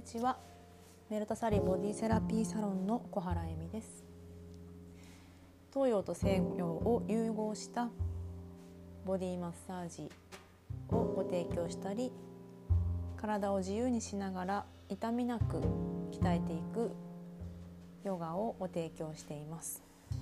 ちは。メルタサリボディセラピーサロンの小原恵美です。東洋と西洋を融合したボディマッサージをご提供したり、体を自由にしながら痛みなく鍛えていくヨガをご提供しています。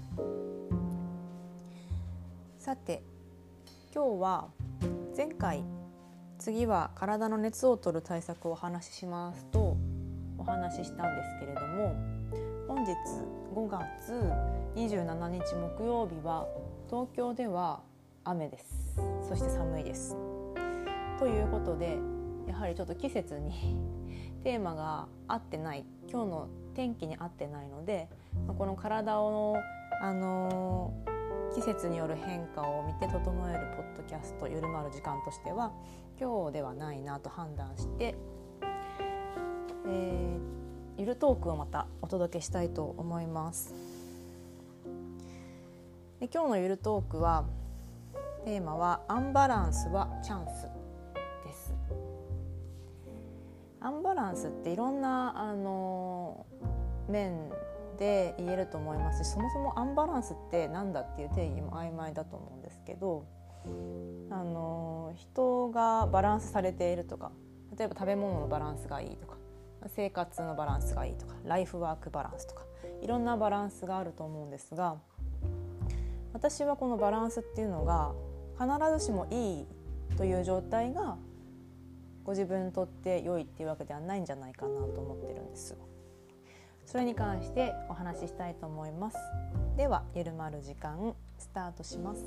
さて、今日は前回次は体の熱を取る対策をお話ししますとお話ししたんですけれども、本日5月27日木曜日は東京では雨です。そして寒いです。ということで、やはりちょっと季節にテーマが合ってない、今日の天気に合ってないので、この体の季節による変化を見て整えるポッドキャスト、ゆるまる時間としては今日ではないなと判断して、ゆるトークをまたお届けしたいと思います。で、今日のゆるトークはテーマはアンバランスはチャンスです。アンバランスっていろんな面で言えると思いますし、そもそもアンバランスってなんだっていう定義も曖昧だと思うんですけど、人がバランスされているとか、例えば食べ物のバランスがいいとか、生活のバランスがいいとか、ライフワークバランスとか、いろんなバランスがあると思うんですが、私はこのバランスっていうのが必ずしもいいという状態がご自分にとって良いっていうわけではないんじゃないかなと思ってるんです。それに関してお話ししたいと思います。では、ゆるまる時間スタートします。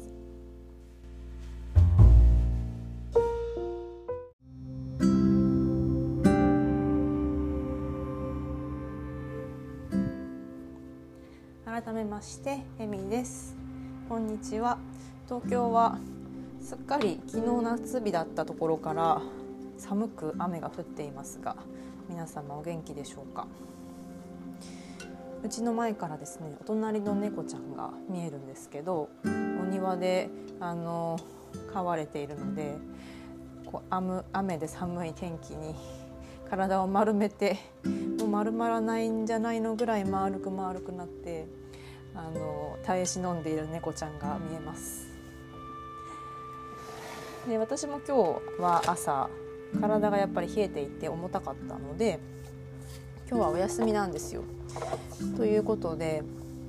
改めましてエミです。こんにちは。東京はすっかり昨日夏日だったところから寒く雨が降っていますが、皆様お元気でしょうか。うちの前からですね、お隣の猫ちゃんが見えるんですけど、お庭で飼われているので、雨で寒い天気に体を丸めて、もう丸まらないんじゃないのぐらい丸くなって耐え忍んでいる猫ちゃんが見えます。で、私も今日は朝体がやっぱり冷えていて重たかったので、今日はお休みなんですよ。ということで、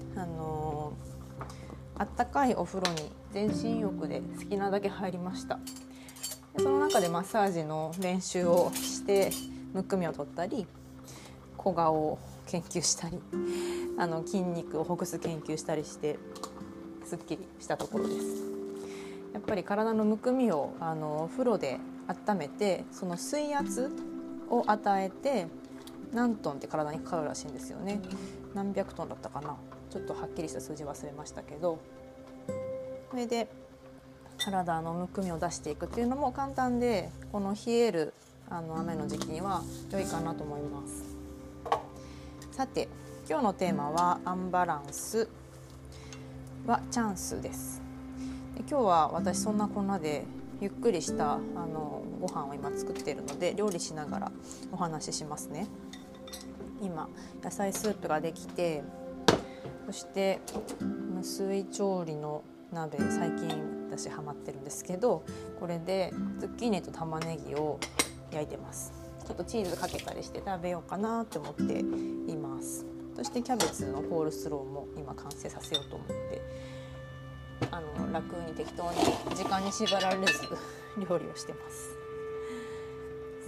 あったかいお風呂に全身浴で好きなだけ入りました。で、その中でマッサージの練習をしてむくみを取ったり、小顔を研究したり、筋肉をほぐす研究したりしてすっきりしたところです。やっぱり体のむくみをお風呂で温めて、その水圧を与えて何トンって体にかかるらしいんですよね。何百トンだったかな、ちょっとはっきりした数字忘れましたけど、それで体のむくみを出していくっていうのも簡単で、この冷える雨の時期には良いかなと思います。さて、今日のテーマはアンバランスはチャンスです。で、今日は私そんなこんなでゆっくりしたご飯を今作っているので、料理しながらお話ししますね。今野菜スープができて、そして無水調理の鍋、最近私ハマってるんですけど、これでズッキーニと玉ねぎを焼いてます。ちょっとチーズかけたりして食べようかなって思っています。そしてキャベツのコールスローも今完成させようと思って、楽に適当に時間に縛られず料理をしてます。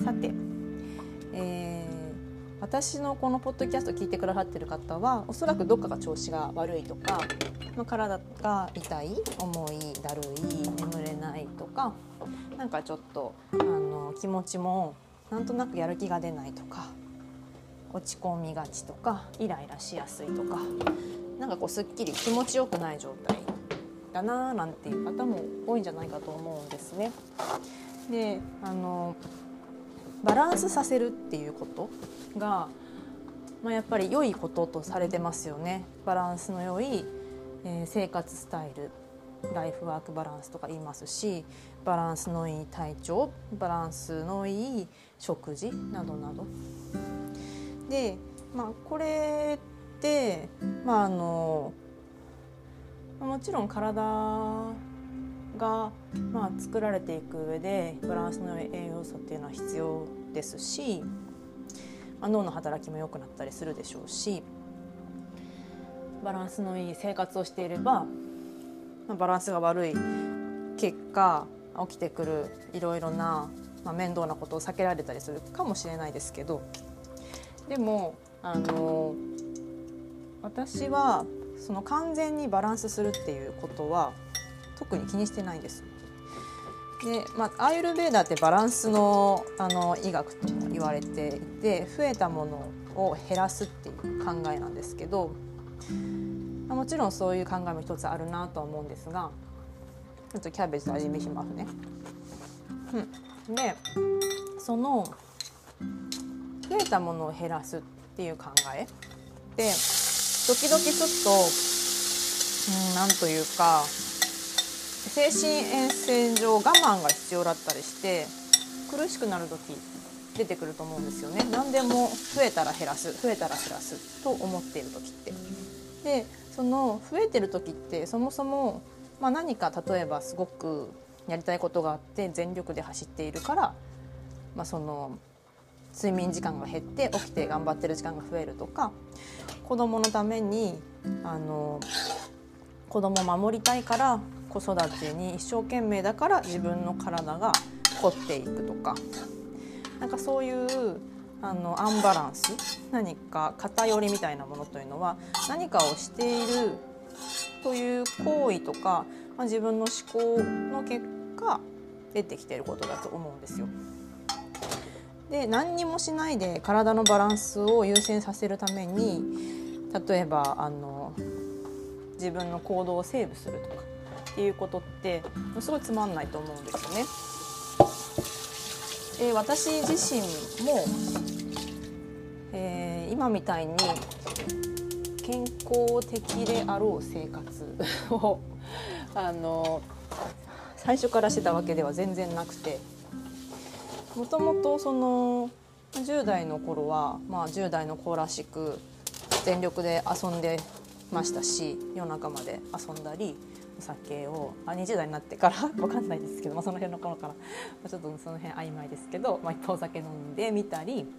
さて、私のこのポッドキャスト聞いてくださってる方は、おそらくどっかが調子が悪いとか、体が痛い、重い、だるい、眠れないとか、なんかちょっと気持ちもなんとなくやる気が出ないとか、落ち込みがちとか、イライラしやすいとか、なんかこうすっきり気持ちよくない状態だななんていう方も多いんじゃないかと思うんですね。で、バランスさせるっていうことが、やっぱり良いこととされてますよね。バランスの良い、生活スタイル、ライフワークバランスとか言いますし、バランスのいい体調、バランスのいい食事などなど、 で、これって、もちろん体が、作られていく上でバランスの良い栄養素っていうのは必要ですし、脳の働きも良くなったりするでしょうし、バランスのいい生活をしていれば、バランスが悪い結果起きてくるいろいろな、面倒なことを避けられたりするかもしれないですけど、でも私はその完全にバランスするっていうことは特に気にしてないんです。で、アーユルヴェーダってバランスの、医学とも言われていて、増えたものを減らすっていう考えなんですけど、もちろんそういう考えも一つあるなとは思うんですが、ちょっとキャベツ味見しますね。で、その増えたものを減らすっていう考えで、時々ちょっとなんというか精神衛生上我慢が必要だったりして苦しくなる時出てくると思うんですよね。何でも増えたら減らす、増えたら減らすと思っている時って。で、その増えてる時ってそもそも、何か例えばすごくやりたいことがあって全力で走っているから、その睡眠時間が減って起きて頑張ってる時間が増えるとか、子供のために子供を守りたいから子育てに一生懸命だから自分の体が凝っていくとか、なんかそういうアンバランス、何か偏りみたいなものというのは何かをしているという行為とか、自分の思考の結果出てきていることだと思うんですよ。で、何にもしないで体のバランスを優先させるために、例えば自分の行動をセーブするとかっていうことってすごいつまんないと思うんですよね。私自身も、今みたいに健康的であろう生活を最初からしてたわけでは全然なくて、もともとその10代の頃は、10代の子らしく全力で遊んでましたし、夜中まで遊んだり、お酒を20代になってから分かんないですけど、その辺の頃からちょっとその辺曖昧ですけど、いっぱいお酒飲んでみたり、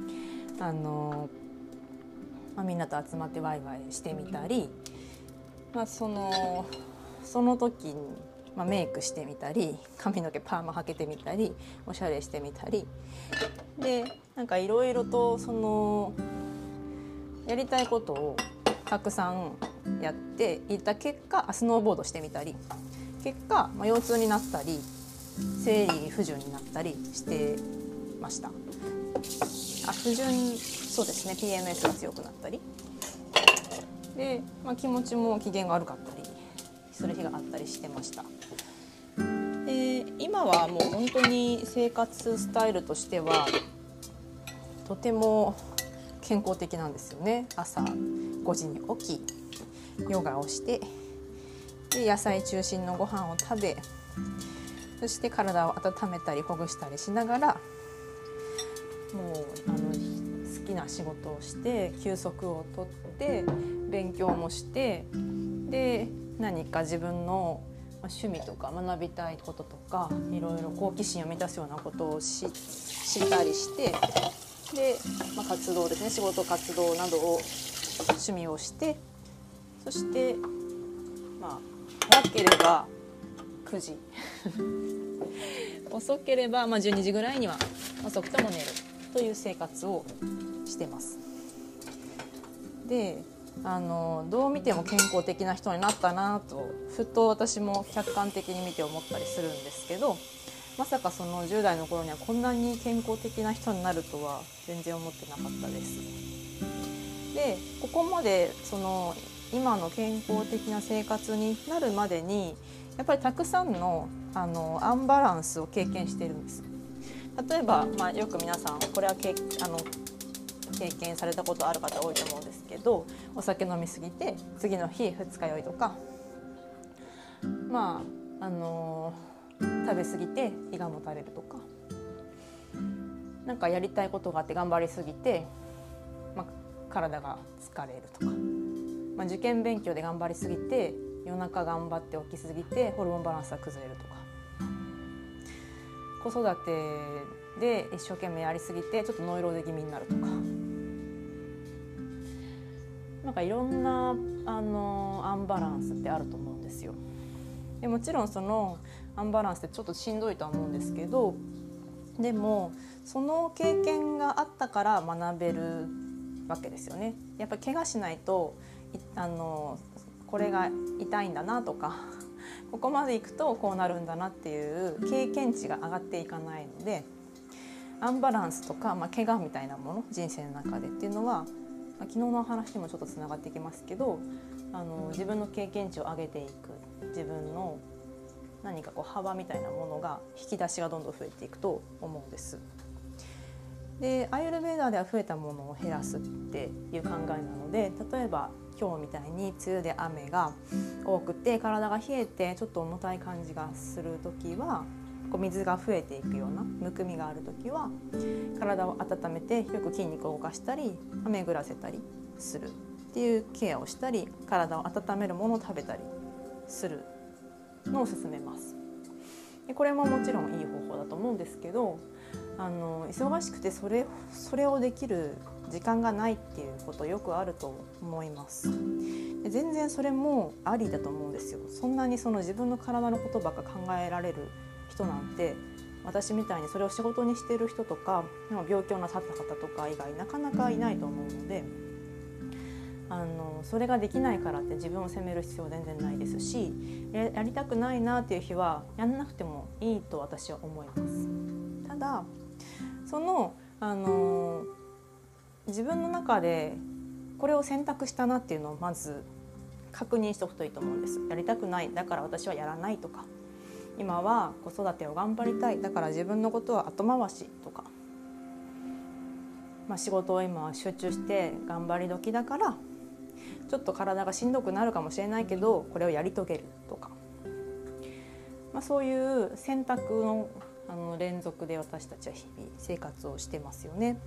みんなと集まってワイワイしてみたり、その時に、メイクしてみたり、髪の毛パーマはけてみたり、おしゃれしてみたりで、なんかいろいろとそのやりたいことをたくさんやっていった結果、スノーボードしてみたり、結果、腰痛になったり生理不順になったりしてました。不順、そうですね、 PMS が強くなったりで、気持ちも機嫌が悪かったりする日があったりしてました。で、今はもう本当に生活スタイルとしてはとても健康的なんですよね。朝5時に起きヨガをして、で野菜中心のご飯を食べ、そして体を温めたりほぐしたりしながら、もう好きな仕事をして休息をとって勉強もして、で何か自分の趣味とか学びたいこととかいろいろ好奇心を満たすようなことをしたりして、で、活動ですね、仕事活動などを趣味をして、そして早ければ9時遅ければ12時ぐらいには遅くとも寝るという生活をしてます。で、どう見ても健康的な人になったなとふと私も客観的に見て思ったりするんですけど、まさかその10代の頃にはこんなに健康的な人になるとは全然思ってなかったです。で、ここまでその今の健康的な生活になるまでにやっぱりたくさんのアンバランスを経験しているんです。例えば、よく皆さんこれは経験されたことある方多いと思うんですけど、お酒飲みすぎて次の日二日酔いとか、食べ過ぎて胃がもたれるとか、なんかやりたいことがあって頑張りすぎて体が疲れるとか、受験勉強で頑張りすぎて夜中頑張って起きすぎてホルモンバランスが崩れるとか、子育てで一生懸命やりすぎてちょっとノイローゼ気味になるとか、なんかいろんなアンバランスってあると思うんですよ。でもちろんそのアンバランスってちょっとしんどいとは思うんですけど、でもその経験があったから学べるわけですよね。やっぱり怪我しないとこれが痛いんだなとかここまでいくとこうなるんだなっていう経験値が上がっていかないので、アンバランスとか、怪我みたいなもの人生の中でっていうのは、昨日の話にもちょっとつながってきますけど、自分の経験値を上げていく、自分の何か幅みたいなものが引き出しがどんどん増えていくと思うんです。でアーユルヴェーダでは増えたものを減らすっていう考えなので、例えば今日みたいに梅雨で雨が多くて体が冷えてちょっと重たい感じがするときは、水が増えていくようなむくみがあるときは体を温めてよく筋肉を動かしたり雨ぐらせたりするっていうケアをしたり、体を温めるものを食べたりするのを勧めます。でこれももちろんいい方法だと思うんですけど、忙しくてそれをできる時間がないっていうことよくあると思います。で全然それもありだと思うんですよ。そんなに自分の体のことばっか考えられる人なんて、私みたいにそれを仕事にしている人とか病気をなさった方とか以外なかなかいないと思うので、それができないからって自分を責める必要は全然ないですし、やりたくないなっていう日はやんなくてもいいと私は思います。ただ自分の中でこれを選択したなっていうのをまず確認しておくといいと思うんです。やりたくない、だから私はやらないとか、今は子育てを頑張りたい、だから自分のことは後回しとか、仕事を今は集中して頑張り時だからちょっと体がしんどくなるかもしれないけどこれをやり遂げるとか、そういう選択の連続で私たちは日々生活をしてますよね。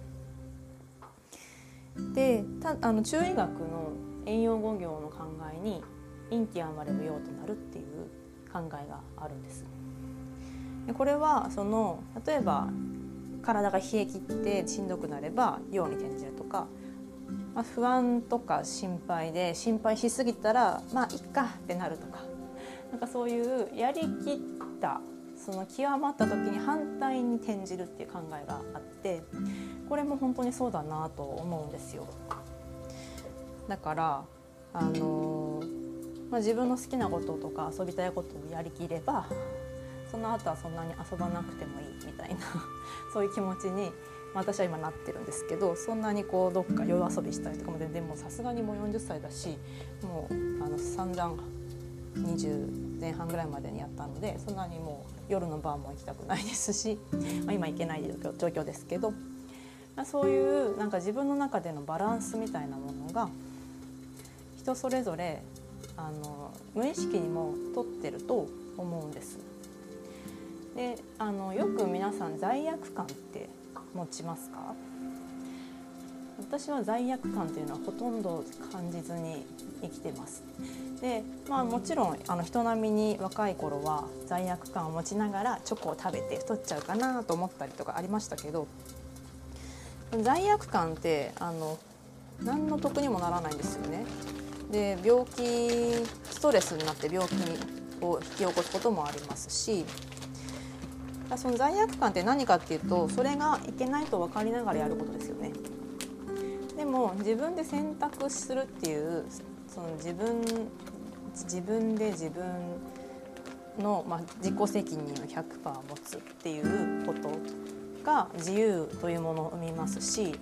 で中医学の栄養五行の考えに陰気余れ無用となるっていう考えがあるんです。でこれは例えば体が冷え切ってしんどくなれば陽に転じるとか、不安とか心配で心配しすぎたらいっかってなるとか、そういうやりきった極まった時に反対に転じるっていう考えがあって、これも本当にそうだなと思うんですよ。だから自分の好きなこととか遊びたいことをやりきればその後はそんなに遊ばなくてもいいみたいなそういう気持ちに私は今なってるんですけど、そんなにどっか夜遊びしたりとかも全然もうさすがにもう40歳だし、もう散々20前半ぐらいまでにやったので、そんなにもう夜のバーも行きたくないですし、今行けない状況ですけど、そういう自分の中でのバランスみたいなものが人それぞれ無意識にも取ってると思うんです。でよく皆さん罪悪感って持ちますか？私は罪悪感というのはほとんど感じずに生きてます。で、もちろん人並みに若い頃は罪悪感を持ちながらチョコを食べて太っちゃうかなと思ったりとかありましたけど、罪悪感って何の得にもならないんですよね。で病気ストレスになって病気を引き起こすこともありますし、その罪悪感って何かっていうと、それがいけないと分かりながらやることですよね。でも自分で選択するっていう自分で自分の、自己責任を 100% 持つっていうことが自由というものを生みますし、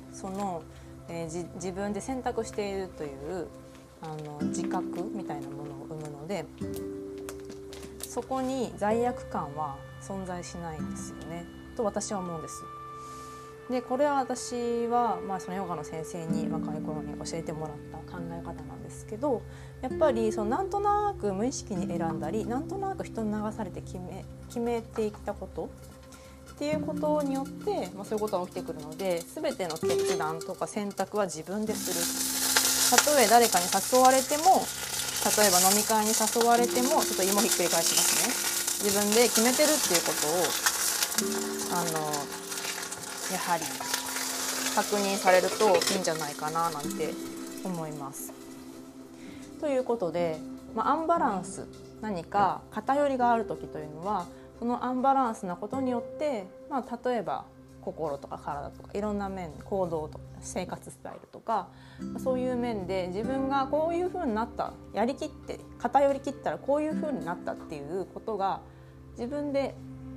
自分で選択しているという自覚みたいなものを生むので、そこに罪悪感は存在しないんですよねと私は思うんです。でこれは私は、そのヨガの先生に若い頃に教えてもらった考え方なんですけど、やっぱりなんとなく無意識に選んだり、なんとなく人に流されて決めていったことっっていうことによって、そういうことが起きてくるので、全ての決断とか選択は自分でする。たとえ誰かに誘われても、例えば飲み会に誘われても、ちょっと芋ひっくり返しますね。自分で決めてるっていうことをやはり確認されるといいんじゃないかななんて思います。ということで、アンバランス、何か偏りがある時というのは、そのアンバランスなことによって、例えば心とか体とかいろんな面、行動とか生活スタイルとか、そういう面で自分がこういう風になった、やりきって偏りきったらこういう風になったっていうことが自分で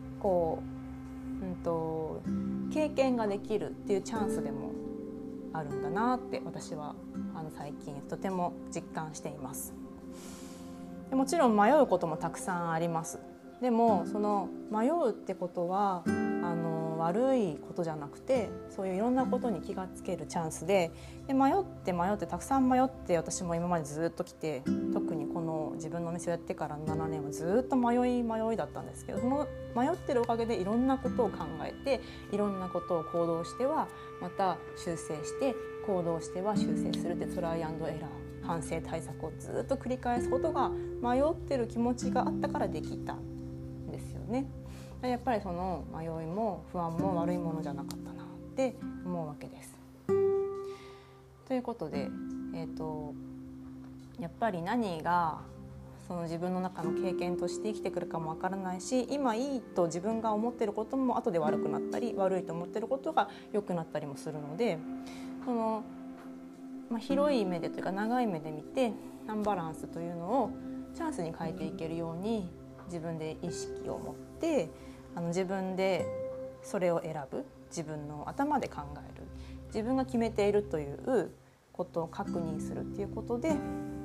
経験ができるっていうチャンスでもあるんだなって私は最近とても実感しています。もちろん迷うこともたくさんあります。でもその迷うってことは悪いことじゃなくて、そういういろんなことに気がつけるチャンスで、迷ってたくさん迷って、私も今までずっと来て、特にこの自分のお店をやってから7年はずっと迷いだったんですけど、その迷ってるおかげでいろんなことを考えて、いろんなことを行動してはまた修正して、行動しては修正するってトライアンドエラー、反省対策をずっと繰り返すことが、迷ってる気持ちがあったからできたんですよね。やっぱりその迷いも不安も悪いものじゃなかったなって思うわけです。ということで、やっぱり何がその自分の中の経験として生きてくるかもわからないし、今いいと自分が思っていることも後で悪くなったり、悪いと思っていることが良くなったりもするので、その、広い目でというか長い目で見て、アンバランスというのをチャンスに変えていけるように自分で意識を持って、自分でそれを選ぶ、自分の頭で考える、自分が決めているということを確認するっていうことで、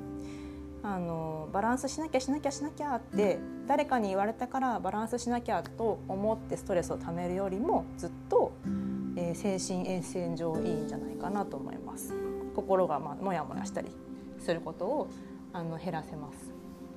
バランスしなきゃって誰かに言われたからバランスしなきゃと思ってストレスをためるよりも、ずっと、精神衛生上いいんじゃないかなと思います。心がモヤモヤしたりすることを減らせます。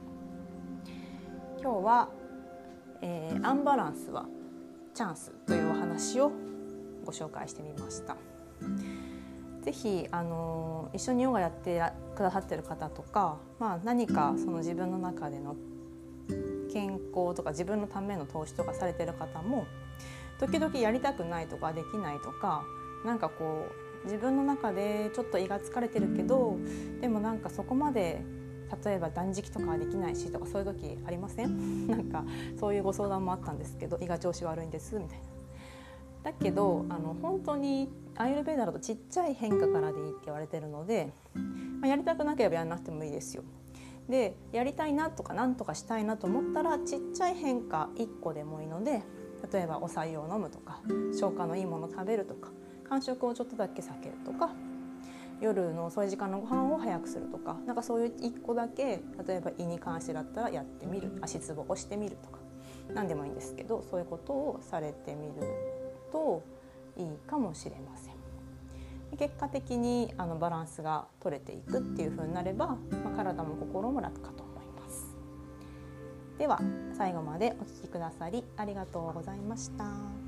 今日はアンバランスはチャンスというお話をご紹介してみました。ぜひ一緒にヨガやってくださっている方とか、何かその自分の中での健康とか自分のための投資とかされている方も、時々やりたくないとかできないとか、自分の中でちょっと胃が疲れてるけど、でもそこまで例えば断食とかはできないしとか、そういう時ありません？そういうご相談もあったんですけど、胃が調子悪いんですみたいな。だけど本当にアーユルヴェーダだとちっちゃい変化からでいいって言われてるので、やりたくなければやらなくてもいいですよ。でやりたいなとか何とかしたいなと思ったら、ちっちゃい変化1個でもいいので、例えばお白湯を飲むとか、消化のいいものを食べるとか、間食をちょっとだけ避けるとか、夜の遅い時間のご飯を早くするとか、そういう1個だけ、例えば胃に関してだったらやってみる、足つぼをしてみるとか、何でもいいんですけど、そういうことをされてみるといいかもしれません。結果的にバランスが取れていくっていう風になれば、体も心も楽かと思います。では最後までお聞きくださりありがとうございました。